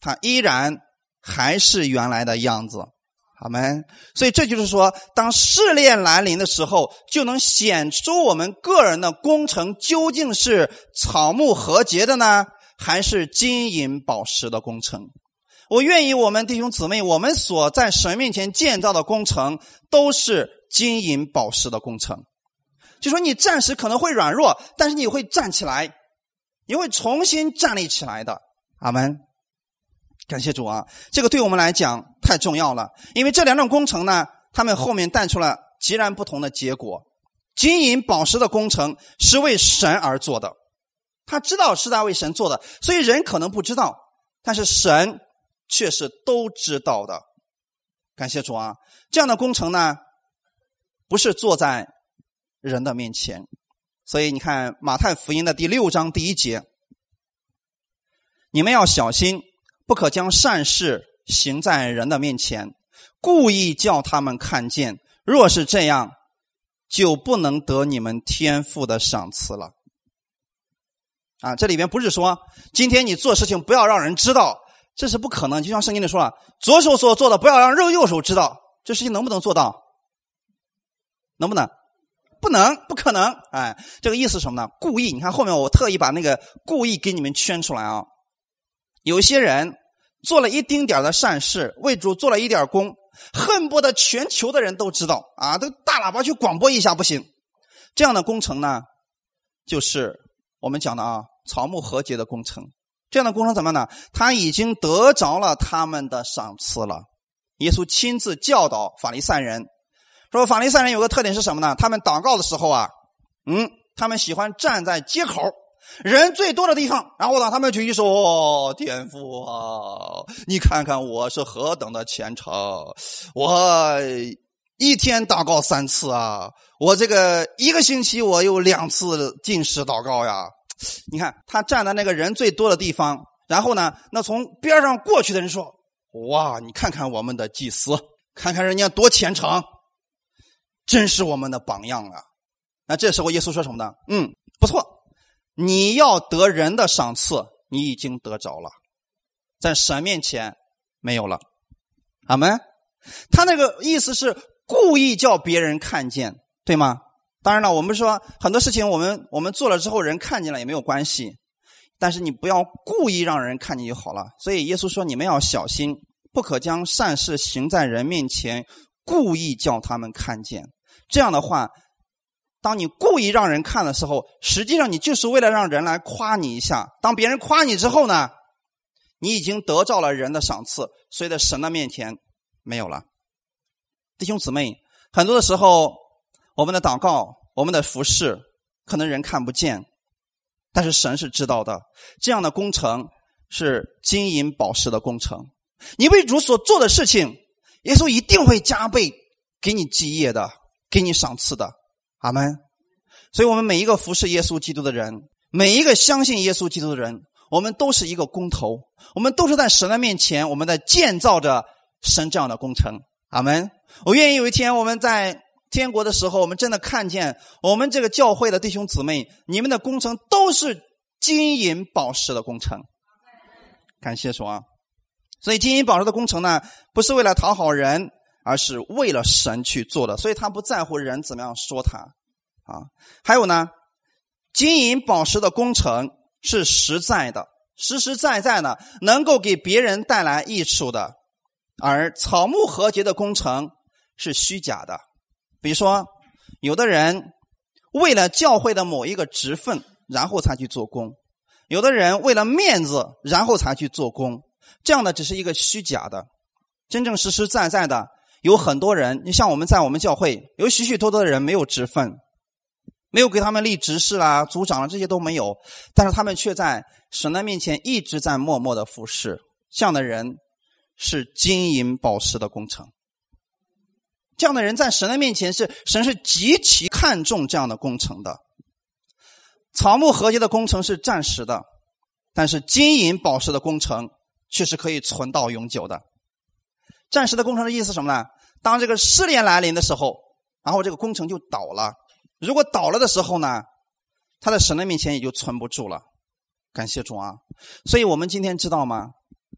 它依然还是原来的样子。阿们。所以这就是说，当试炼来临的时候，就能显出我们个人的工程究竟是草木和结的呢，还是金银宝石的工程。我愿意我们弟兄姊妹，我们所在神面前建造的工程都是金银宝石的工程。就说你暂时可能会软弱，但是你会站起来，你会重新站立起来的。阿们。感谢主啊，这个对我们来讲太重要了，因为这两种工程呢，他们后面带出了截然不同的结果。金银宝石的工程是为神而做的，他知道是在为神做的，所以人可能不知道，但是神却是都知道的。感谢主啊，这样的工程呢，不是做在人的面前。所以你看马太福音的第六章第一节，你们要小心，不可将善事行在人的面前，故意叫他们看见，若是这样，就不能得你们天父的赏赐了。啊，这里边不是说今天你做事情不要让人知道，这是不可能。就像圣经里说了，左手所做的不要让右右手知道，这事情能不能做到？能不能？不能，不可能。哎，这个意思是什么呢？故意，你看后面我特意把那个故意给你们圈出来啊。有些人做了一丁点的善事，为主做了一点功，恨不得全球的人都知道啊，都大喇叭去广播一下不行。这样的工程呢，就是我们讲的啊，草木和结的工程。这样的工程怎么呢？他已经得着了他们的赏赐了。耶稣亲自教导法利赛人，说法利赛人有个特点是什么呢？他们祷告的时候啊，嗯，他们喜欢站在街口人最多的地方，然后呢，他们举起手，哦，天父啊，你看看我是何等的虔诚，我一天祷告三次啊，我这个一个星期我有两次禁食祷告呀。你看他站在那个人最多的地方，然后呢，那从边上过去的人说，哇，你看看我们的祭司，看看人家多虔诚，真是我们的榜样啊。那这时候耶稣说什么呢？嗯，不错，你要得人的赏赐，你已经得着了，在神面前没有了。阿们。他那个意思是故意叫别人看见，对吗？当然了，我们说很多事情我们我们做了之后人看见了也没有关系，但是你不要故意让人看见就好了。所以耶稣说，你们要小心，不可将善事行在人面前，故意叫他们看见。这样的话，当你故意让人看的时候，实际上你就是为了让人来夸你一下。当别人夸你之后呢，你已经得到了人的赏赐，所以在神的面前没有了。弟兄姊妹，很多的时候我们的祷告，我们的服事可能人看不见，但是神是知道的。这样的工程是金银宝石的工程，你为主所做的事情，耶稣一定会加倍给你基业的，给你赏赐的。阿们。所以我们每一个服侍耶稣基督的人，每一个相信耶稣基督的人，我们都是一个工头，我们都是在神的面前，我们在建造着神这样的工程。阿们。我愿意有一天我们在天国的时候，我们真的看见我们这个教会的弟兄姊妹，你们的工程都是金银宝石的工程。感谢主啊。所以金银宝石的工程呢，不是为了讨好人，而是为了神去做的，所以他不在乎人怎么样说他啊。还有呢，金银宝石的工程是实在的，实实在在的，能够给别人带来益处的，而草木和结的工程是虚假的。比如说有的人为了教会的某一个职分然后才去做工，有的人为了面子然后才去做工，这样的只是一个虚假的。真正实实在在的有很多人，你像我们在我们教会有许许多多的人没有职分，没有给他们立执事啦、组长啦，这些都没有，但是他们却在神的面前一直在默默的服侍。这样的人是金银宝石的工程，这样的人在神的面前是神是极其看重这样的工程的。草木和结的工程是暂时的，但是金银宝石的工程却是可以存到永久的。暂时的工程的意思是什么呢？当这个试炼来临的时候，然后这个工程就倒了，如果倒了的时候呢，他在神的面前也就存不住了。感谢主啊。所以我们今天知道吗？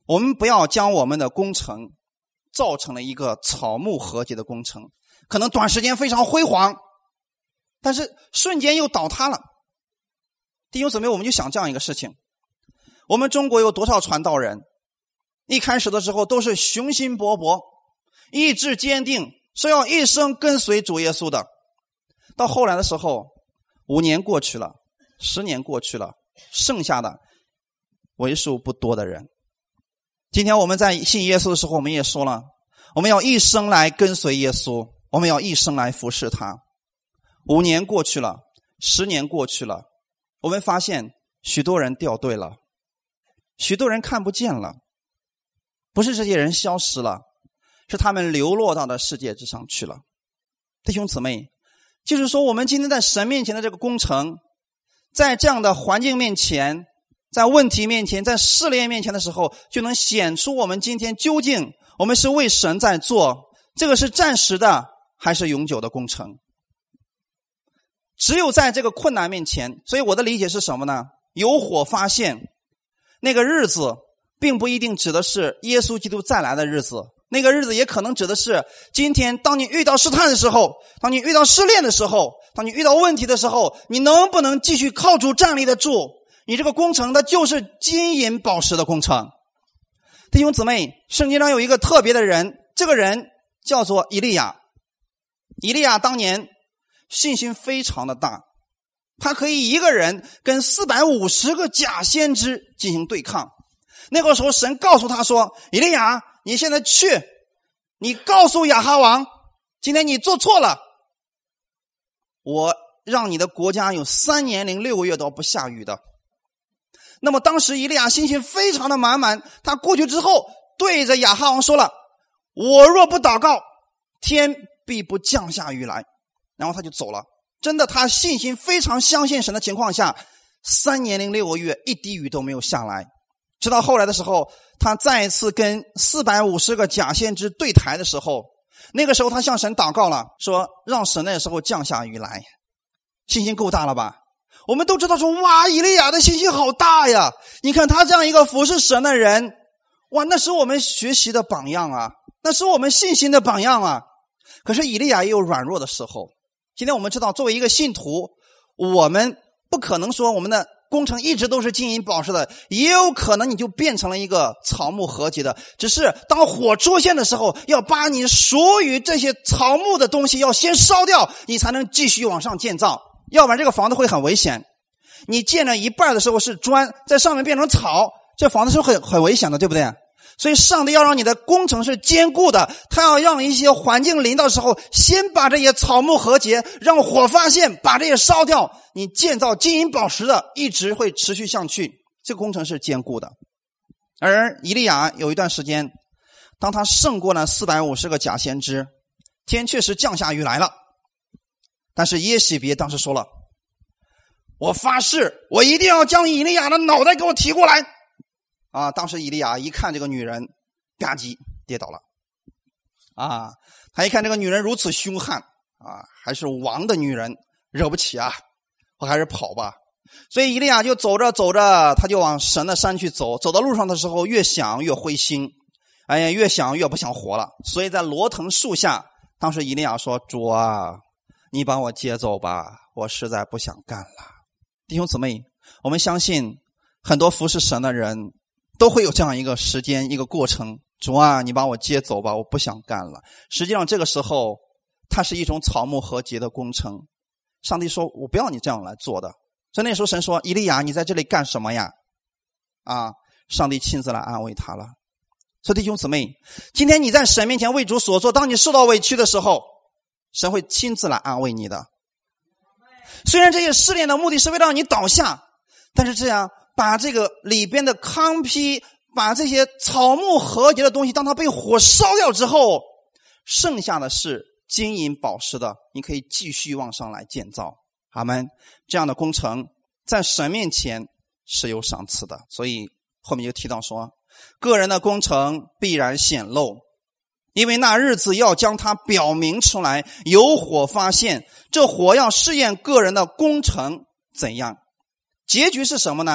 我们不要将我们的工程造成了一个草木和结的工程，可能短时间非常辉煌，但是瞬间又倒塌了。弟兄姊妹，我们就想这样一个事情，我们中国有多少传道人，一开始的时候都是雄心勃勃，意志坚定，是要一生跟随主耶稣的，到后来的时候，五年过去了，十年过去了，剩下的为数不多的人。今天我们在信耶稣的时候，我们也说了，我们要一生来跟随耶稣，我们要一生来服侍他。五年过去了，十年过去了，我们发现许多人掉队了，许多人看不见了。不是这些人消失了，是他们流落到了世界之上去了。弟兄姊妹，就是说我们今天在神面前的这个工程，在这样的环境面前，在问题面前，在试炼面前的时候，就能显出我们今天究竟我们是为神在做，这个是暂时的还是永久的工程。只有在这个困难面前，所以我的理解是什么呢？有火发现，那个日子并不一定指的是耶稣基督再来的日子，那个日子也可能指的是今天当你遇到试探的时候，当你遇到试炼的时候，当你遇到问题的时候，你能不能继续靠主站立得住，你这个工程的就是金银宝石的工程。弟兄姊妹，圣经上有一个特别的人，这个人叫做以利亚。以利亚当年信心非常的大，他可以一个人跟四百五十个假先知进行对抗。那个时候神告诉他说，以利亚，你现在去，你告诉亚哈王，今天你做错了，我让你的国家有三年零六个月都不下雨的。那么当时以利亚信心非常的满满，他过去之后对着亚哈王说了，我若不祷告，天必不降下雨来。然后他就走了。真的，他信心非常相信神的情况下，三年零六个月一滴雨都没有下来。直到后来的时候，他再一次跟四百五十个假先知对台的时候，那个时候他向神祷告了，说让神那个时候降下雨来。信心够大了吧？我们都知道说，哇，以利亚的信心好大呀！你看他这样一个服侍神的人，哇，那是我们学习的榜样啊，那是我们信心的榜样啊。可是以利亚也有软弱的时候。今天我们知道，作为一个信徒，我们不可能说我们的工程一直都是金银宝石的，也有可能你就变成了一个草木和结的。只是当火出现的时候，要把你属于这些草木的东西要先烧掉，你才能继续往上建造，要不然这个房子会很危险。你建了一半的时候是砖，在上面变成草，这房子是很很危险的，对不对？所以上帝要让你的工程是坚固的，他要让一些环境临到的时候，先把这些草木和结，让火发现，把这些烧掉，你建造金银宝石的一直会持续上去，这个工程是坚固的。而以利亚有一段时间，当他胜过了四百五十个假先知，天确实降下雨来了，但是耶洗别当时说了，我发誓我一定要将以利亚的脑袋给我提过来啊！当时以利亚一看这个女人，吧唧跌倒了。啊，他一看这个女人如此凶悍啊，还是王的女人，惹不起啊，我还是跑吧。所以以利亚就走着走着，他就往神的山去走。走到路上的时候，越想越灰心，哎呀，越想越不想活了。所以在罗藤树下，当时以利亚说：“主啊，你把我接走吧，我实在不想干了。”弟兄姊妹，我们相信很多服侍神的人都会有这样一个时间，一个过程。主啊，你把我接走吧，我不想干了。实际上这个时候它是一种草木和结的工程。上帝说，我不要你这样来做的。所以那时候神说，以利亚，你在这里干什么呀？啊，上帝亲自来安慰他了。所以弟兄姊妹，今天你在神面前为主所做，当你受到委屈的时候，神会亲自来安慰你的。虽然这些试炼的目的是为了让你倒下，但是这样把这个里边的糠秕，把这些草木和结的东西，当它被火烧掉之后，剩下的是金银宝石的，你可以继续往上来建造。阿们。这样的工程在神面前是有赏赐的。所以后面就提到说，个人的工程必然显露，因为那日子要将它表明出来，有火发现，这火要试验个人的工程怎样。结局是什么呢？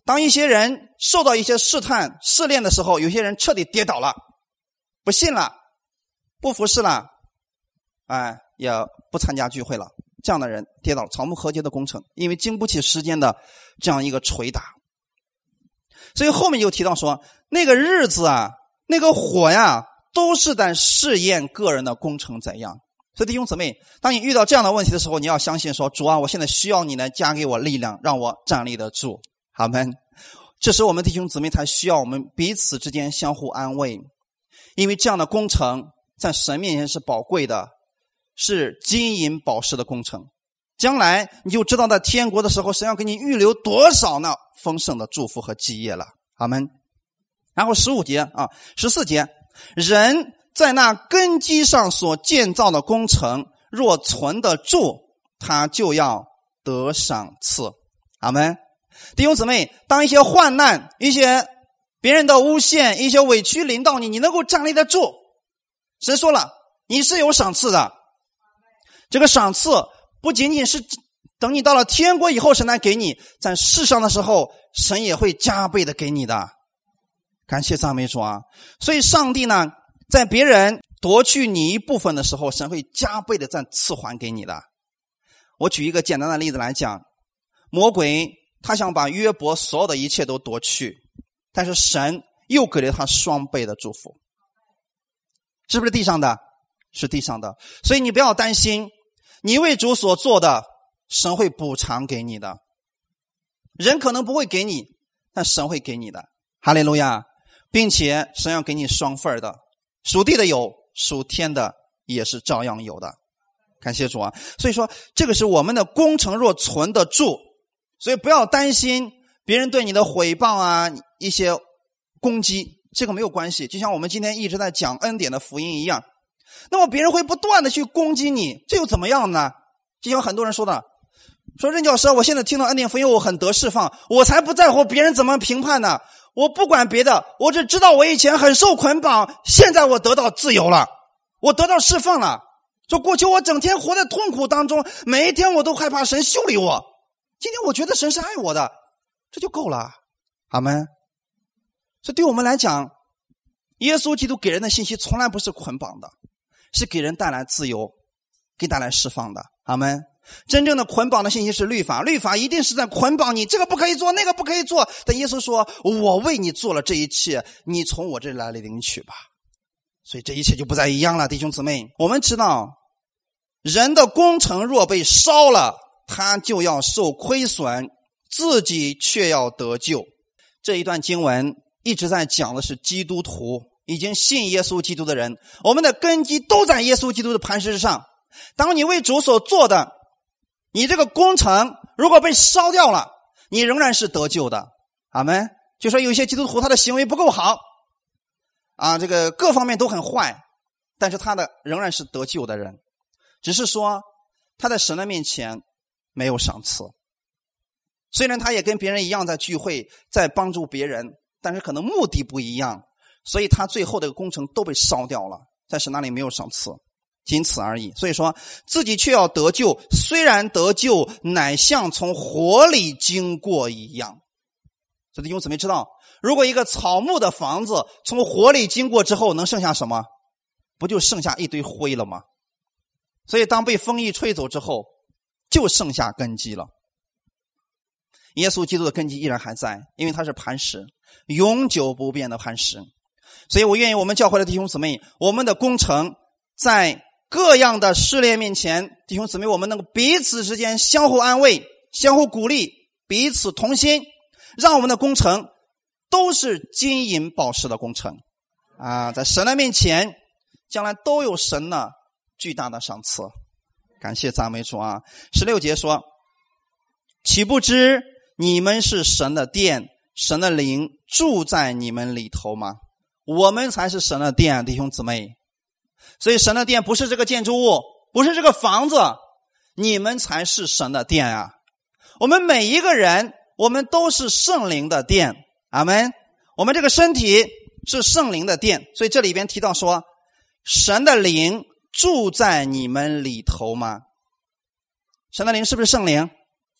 当一些人受到一些试探试炼的时候，有些人彻底跌倒了，不信了，不服侍了，哎，也不参加聚会了，这样的人跌倒了，草木禾秸的工程，因为经不起时间的这样一个捶打。所以后面就提到说，那个日子啊，那个火呀，都是在试验个人的工程怎样。所以弟兄姊妹，当你遇到这样的问题的时候，你要相信说，主啊，我现在需要你来加给我力量，让我站立得住。阿们。这时我们弟兄姊妹才需要我们彼此之间相互安慰，因为这样的工程在神面前是宝贵的，是金银宝石的工程。将来你就知道在天国的时候，神要给你预留多少呢丰盛的祝福和基业了。阿们。然后十五节啊，十四节，人在那根基上所建造的工程若存得住，他就要得赏赐。阿们。弟兄姊妹，当一些患难，一些别人的诬陷，一些委屈临到你，你能够站立得住，神说了，你是有赏赐的。这个赏赐不仅仅是等你到了天国以后神来给你，在世上的时候神也会加倍的给你的。感谢赞美主啊！所以上帝呢，在别人夺去你一部分的时候，神会加倍的再赐还给你的。我举一个简单的例子来讲，魔鬼他想把约伯所有的一切都夺去，但是神又给了他双倍的祝福。是不是地上的？是地上的。所以你不要担心，你为主所做的，神会补偿给你的。人可能不会给你，但神会给你的。哈利路亚！并且神要给你双份的，属地的有，属天的也是照样有的。感谢主啊！所以说这个是我们的工程若存得住，所以不要担心别人对你的毁谤啊，一些攻击，这个没有关系。就像我们今天一直在讲恩典的福音一样，那么别人会不断的去攻击你，这又怎么样呢？就像很多人说的，说任教师，我现在听到恩典福音我很得释放，我才不在乎别人怎么评判呢，我不管别的，我只知道我以前很受捆绑，现在我得到自由了，我得到释放了。说过去我整天活在痛苦当中，每一天我都害怕神修理我，今天我觉得神是爱我的，这就够了。阿们。所以对我们来讲，耶稣基督给人的信息从来不是捆绑的，是给人带来自由，给带来释放的。阿们。真正的捆绑的信息是律法，律法一定是在捆绑你，这个不可以做，那个不可以做。但耶稣说，我为你做了这一切，你从我这里来领取吧。所以这一切就不再一样了。弟兄姊妹，我们知道人的工程若被烧了，他就要受亏损，自己却要得救。这一段经文一直在讲的是基督徒，已经信耶稣基督的人，我们的根基都在耶稣基督的磐石之上。当你为主所做的，你这个工程如果被烧掉了，你仍然是得救的。阿们。就说有些基督徒他的行为不够好啊，这个各方面都很坏，但是他的仍然是得救的人，只是说他在神的面前没有赏赐。虽然他也跟别人一样在聚会，在帮助别人，但是可能目的不一样，所以他最后的工程都被烧掉了，在神那里没有赏赐，仅此而已。所以说自己却要得救，虽然得救，乃像从火里经过一样。所以弟兄姊妹知道，如果一个草木的房子从火里经过之后，能剩下什么？不就剩下一堆灰了吗？所以当被风一吹走之后，就剩下根基了。耶稣基督的根基依然还在，因为他是磐石，永久不变的磐石。所以我愿意我们教会的弟兄姊妹，我们的工程在各样的试炼面前，弟兄姊妹，我们能够彼此之间相互安慰，相互鼓励，彼此同心，让我们的工程都是金银宝石的工程啊！在神的面前，将来都有神的巨大的赏赐。感谢赞美主啊！十六节说，岂不知你们是神的殿，神的灵住在你们里头吗？我们才是神的殿，弟兄姊妹。所以神的殿不是这个建筑物，不是这个房子，你们才是神的殿啊！我们每一个人，我们都是圣灵的殿。阿们。我们这个身体是圣灵的殿，所以这里边提到说，神的灵住在你们里头吗？神的灵是不是圣灵？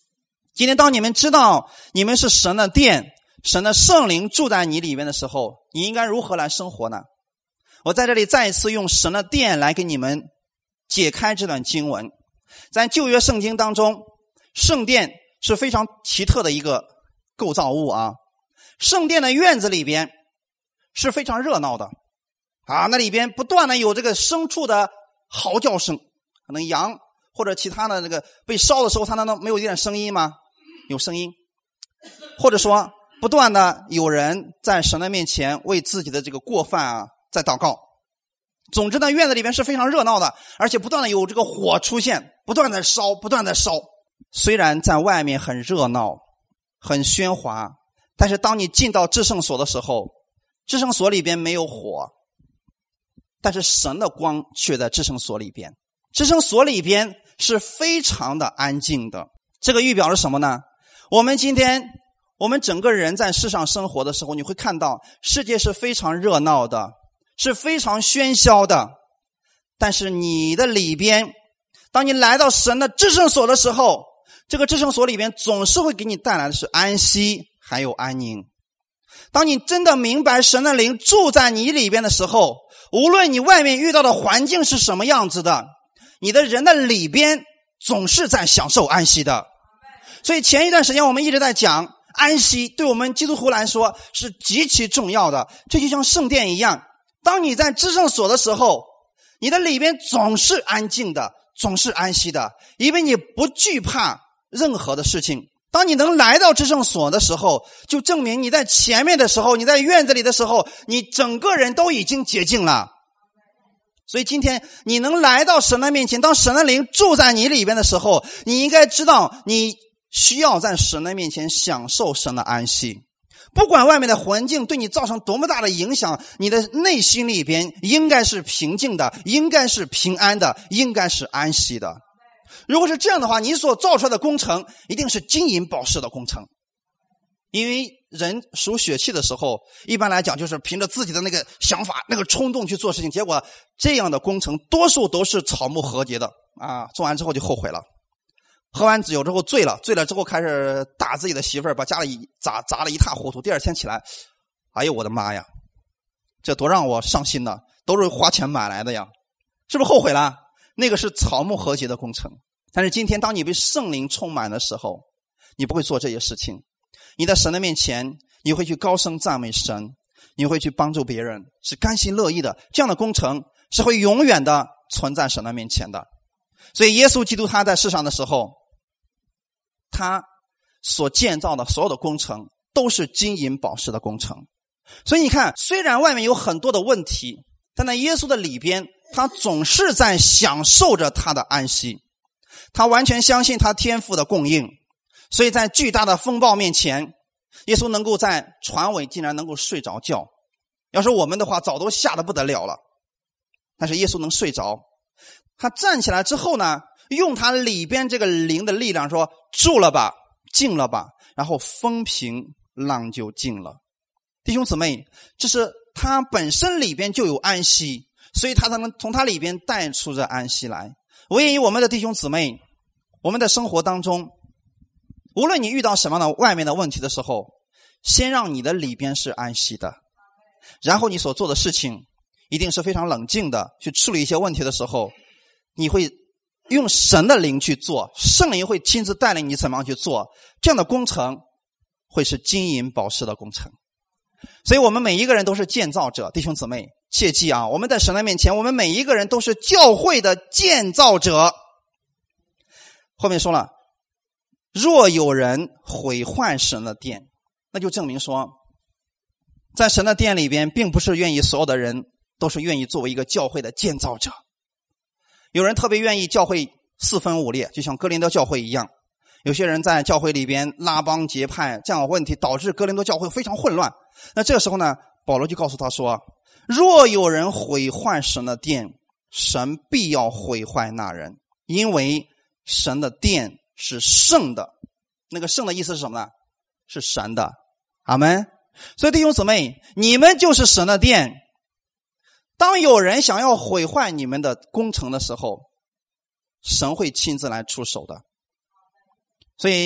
今天当你们知道你们是神的殿，神的圣灵住在你里面的时候，你应该如何来生活呢？我在这里再一次用神的殿来给你们解开这段经文。在旧约圣经当中，圣殿是非常奇特的一个构造物啊。圣殿的院子里边是非常热闹的啊，那里边不断的有这个牲畜的嚎叫声，可能羊或者其他的那个被烧的时候，它难道没有一点声音吗？有声音。或者说不断的有人在神的面前为自己的这个过犯啊在祷告。总之呢，院子里面是非常热闹的，而且不断的有这个火出现，不断的烧，不断的烧。虽然在外面很热闹，很喧哗，但是当你进到至圣所的时候，至圣所里边没有火，但是神的光却在至圣所里边。至圣所里边是非常的安静的。这个预表是什么呢？我们今天我们整个人在世上生活的时候，你会看到世界是非常热闹的，是非常喧嚣的，但是你的里边，当你来到神的至圣所的时候，这个至圣所里边总是会给你带来的是安息还有安宁。当你真的明白神的灵住在你里边的时候，无论你外面遇到的环境是什么样子的，你的人的里边总是在享受安息的。所以前一段时间我们一直在讲安息，对我们基督徒来说是极其重要的。这就像圣殿一样，当你在至圣所的时候，你的里边总是安静的，总是安息的，因为你不惧怕任何的事情。当你能来到至圣所的时候，就证明你在前面的时候，你在院子里的时候，你整个人都已经洁净了。所以今天你能来到神的面前，当神的灵住在你里边的时候，你应该知道你需要在神的面前享受神的安息。不管外面的环境对你造成多么大的影响，你的内心里边应该是平静的，应该是平安的，应该是安息的。如果是这样的话，你所造出来的工程一定是金银宝石的工程。因为人属血气的时候，一般来讲就是凭着自己的那个想法，那个冲动去做事情，结果这样的工程多数都是草木和结的啊！做完之后就后悔了，喝完酒之后醉了，醉了之后开始打自己的媳妇儿，把家里砸砸了一塌糊涂。第二天起来，哎呦我的妈呀，这多让我伤心呢，都是花钱买来的呀，是不是后悔了？那个是草木和结的工程。但是今天当你被圣灵充满的时候，你不会做这些事情。你在神的面前，你会去高声赞美神，你会去帮助别人，是甘心乐意的。这样的工程是会永远的存在神的面前的。所以耶稣基督他在世上的时候，他所建造的所有的工程都是金银宝石的工程。所以你看，虽然外面有很多的问题，但在耶稣的里边，他总是在享受着他的安息。他完全相信他天父的供应，所以在巨大的风暴面前，耶稣能够在船尾竟然能够睡着觉。要是我们的话，早都吓得不得了了。但是耶稣能睡着，他站起来之后呢，用他里边这个灵的力量说，住了吧，静了吧，然后风平浪就静了。弟兄姊妹，这是他本身里边就有安息，所以他才能从他里边带出这安息来。我愿意我们的弟兄姊妹，我们的生活当中，无论你遇到什么样的外面的问题的时候，先让你的里边是安息的，然后你所做的事情一定是非常冷静的去处理一些问题的时候，你会用神的灵去做，圣灵会亲自带领你怎么样去做，这样的工程会是金银宝石的工程。所以我们每一个人都是建造者，弟兄姊妹切记啊，我们在神的面前，我们每一个人都是教会的建造者。后面说了，若有人毁坏神的殿，那就证明说，在神的殿里边，并不是愿意所有的人都是愿意作为一个教会的建造者。有人特别愿意教会四分五裂，就像哥林多教会一样。有些人在教会里边拉帮结派，这样的问题导致哥林多教会非常混乱。那这个时候呢，保罗就告诉他说，若有人毁坏神的殿，神必要毁坏那人，因为神的殿是圣的。那个圣的意思是什么呢？是神的。阿们。所以弟兄姊妹，你们就是神的殿。当有人想要毁坏你们的工程的时候，神会亲自来出手的。所以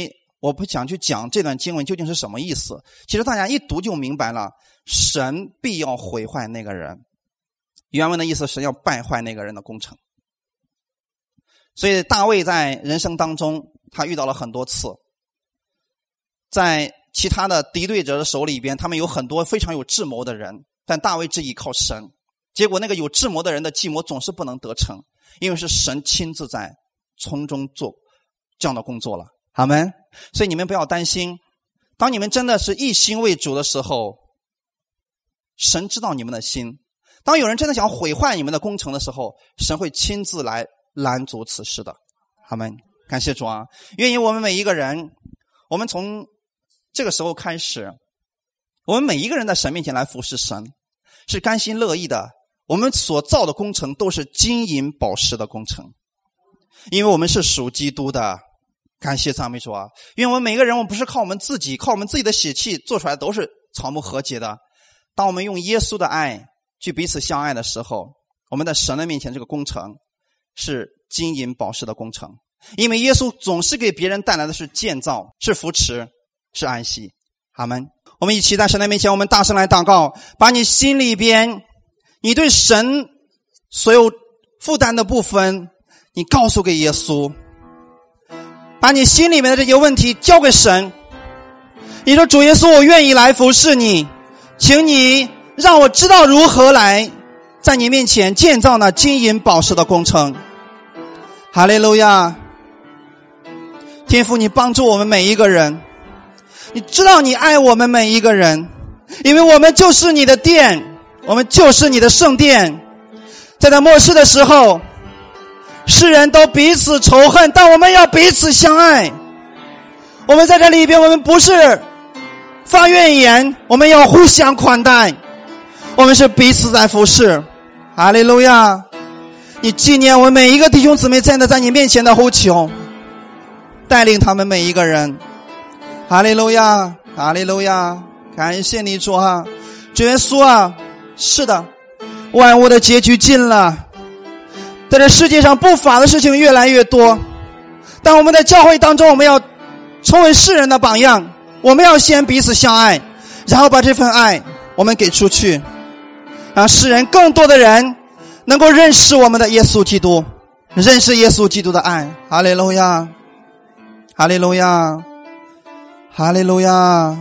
我不想去讲这段经文究竟是什么意思，其实大家一读就明白了，神必要毁坏那个人。原文的意思是要败坏那个人的工程。所以大卫在人生当中他遇到了很多次，在其他的敌对者的手里边，他们有很多非常有智谋的人，但大卫只依靠神，结果那个有智谋的人的计谋总是不能得逞，因为是神亲自在从中做这样的工作了。阿们。所以你们不要担心，当你们真的是一心为主的时候，神知道你们的心。当有人真的想毁坏你们的工程的时候，神会亲自来拦阻此事的。阿们。感谢主啊！愿意我们每一个人，我们从这个时候开始，我们每一个人在神面前来服侍神，是甘心乐意的。我们所造的工程都是金银宝石的工程，因为我们是属基督的。感谢赞美主啊！因为我们每个人，我们不是靠我们自己，靠我们自己的血气做出来都是草木和解的。当我们用耶稣的爱去彼此相爱的时候，我们在神的面前这个工程是金银宝石的工程。因为耶稣总是给别人带来的是建造，是扶持，是安息。阿们。我们一起在神的面前，我们大声来祷告，把你心里边你对神所有负担的部分你告诉给耶稣，把你心里面的这些问题交给神。你说主耶稣，我愿意来服侍你，请你让我知道如何来在你面前建造那金银宝石的工程。哈利路亚！天父，你帮助我们每一个人，你知道你爱我们每一个人，因为我们就是你的殿，我们就是你的圣殿。在那末世的时候，世人都彼此仇恨，但我们要彼此相爱。我们在这里边，我们不是发怨言，我们要互相宽待，我们是彼此在服侍。哈利路亚！你纪念我们每一个弟兄姊妹站在在你面前的呼求，带领他们每一个人。哈利路亚，哈利路亚！感谢你主啊，主耶稣啊！是的，万物的结局近了，在这世界上不法的事情越来越多，但我们在教会当中，我们要成为世人的榜样，我们要先彼此相爱，然后把这份爱我们给出去，让世人更多的人能够认识我们的耶稣基督，认识耶稣基督的爱。哈利路亚，哈利路亚，哈利路亚！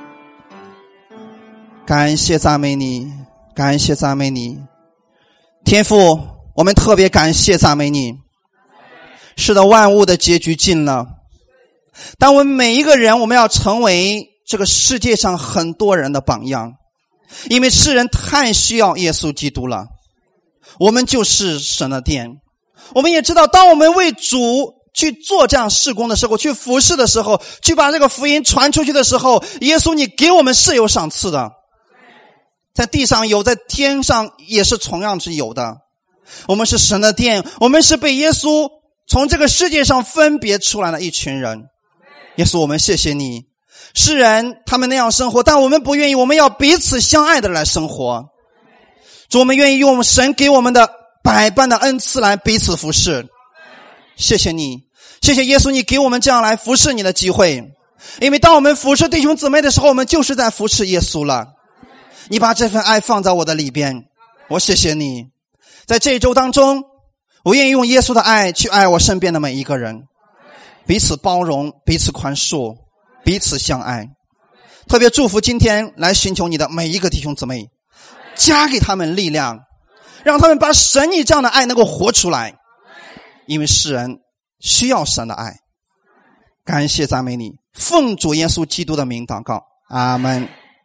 感谢赞美你，感谢赞美你，天父，我们特别感谢赞美你。是的，万物的结局近了，但我们每一个人，我们要成为这个世界上很多人的榜样，因为世人太需要耶稣基督了。我们就是神的殿，我们也知道，当我们为主去做这样事工的时候，去服侍的时候，去把这个福音传出去的时候，耶稣你给我们是有赏赐的，在地上有，在天上也是同样是有的。我们是神的殿，我们是被耶稣从这个世界上分别出来的一群人。耶稣，我们谢谢你。世人他们那样生活，但我们不愿意，我们要彼此相爱的来生活。主，我们愿意用神给我们的百般的恩赐来彼此服侍。谢谢你，谢谢耶稣，你给我们这样来服侍你的机会。因为当我们服侍弟兄姊妹的时候，我们就是在服侍耶稣了。你把这份爱放在我的里边，我谢谢你。在这一周当中，我愿意用耶稣的爱去爱我身边的每一个人，彼此包容，彼此宽恕，彼此相爱。特别祝福今天来寻求你的每一个弟兄姊妹，加给他们力量，让他们把神你这样的爱能够活出来，因为世人需要神的爱。感谢赞美你，奉主耶稣基督的名祷告，阿们。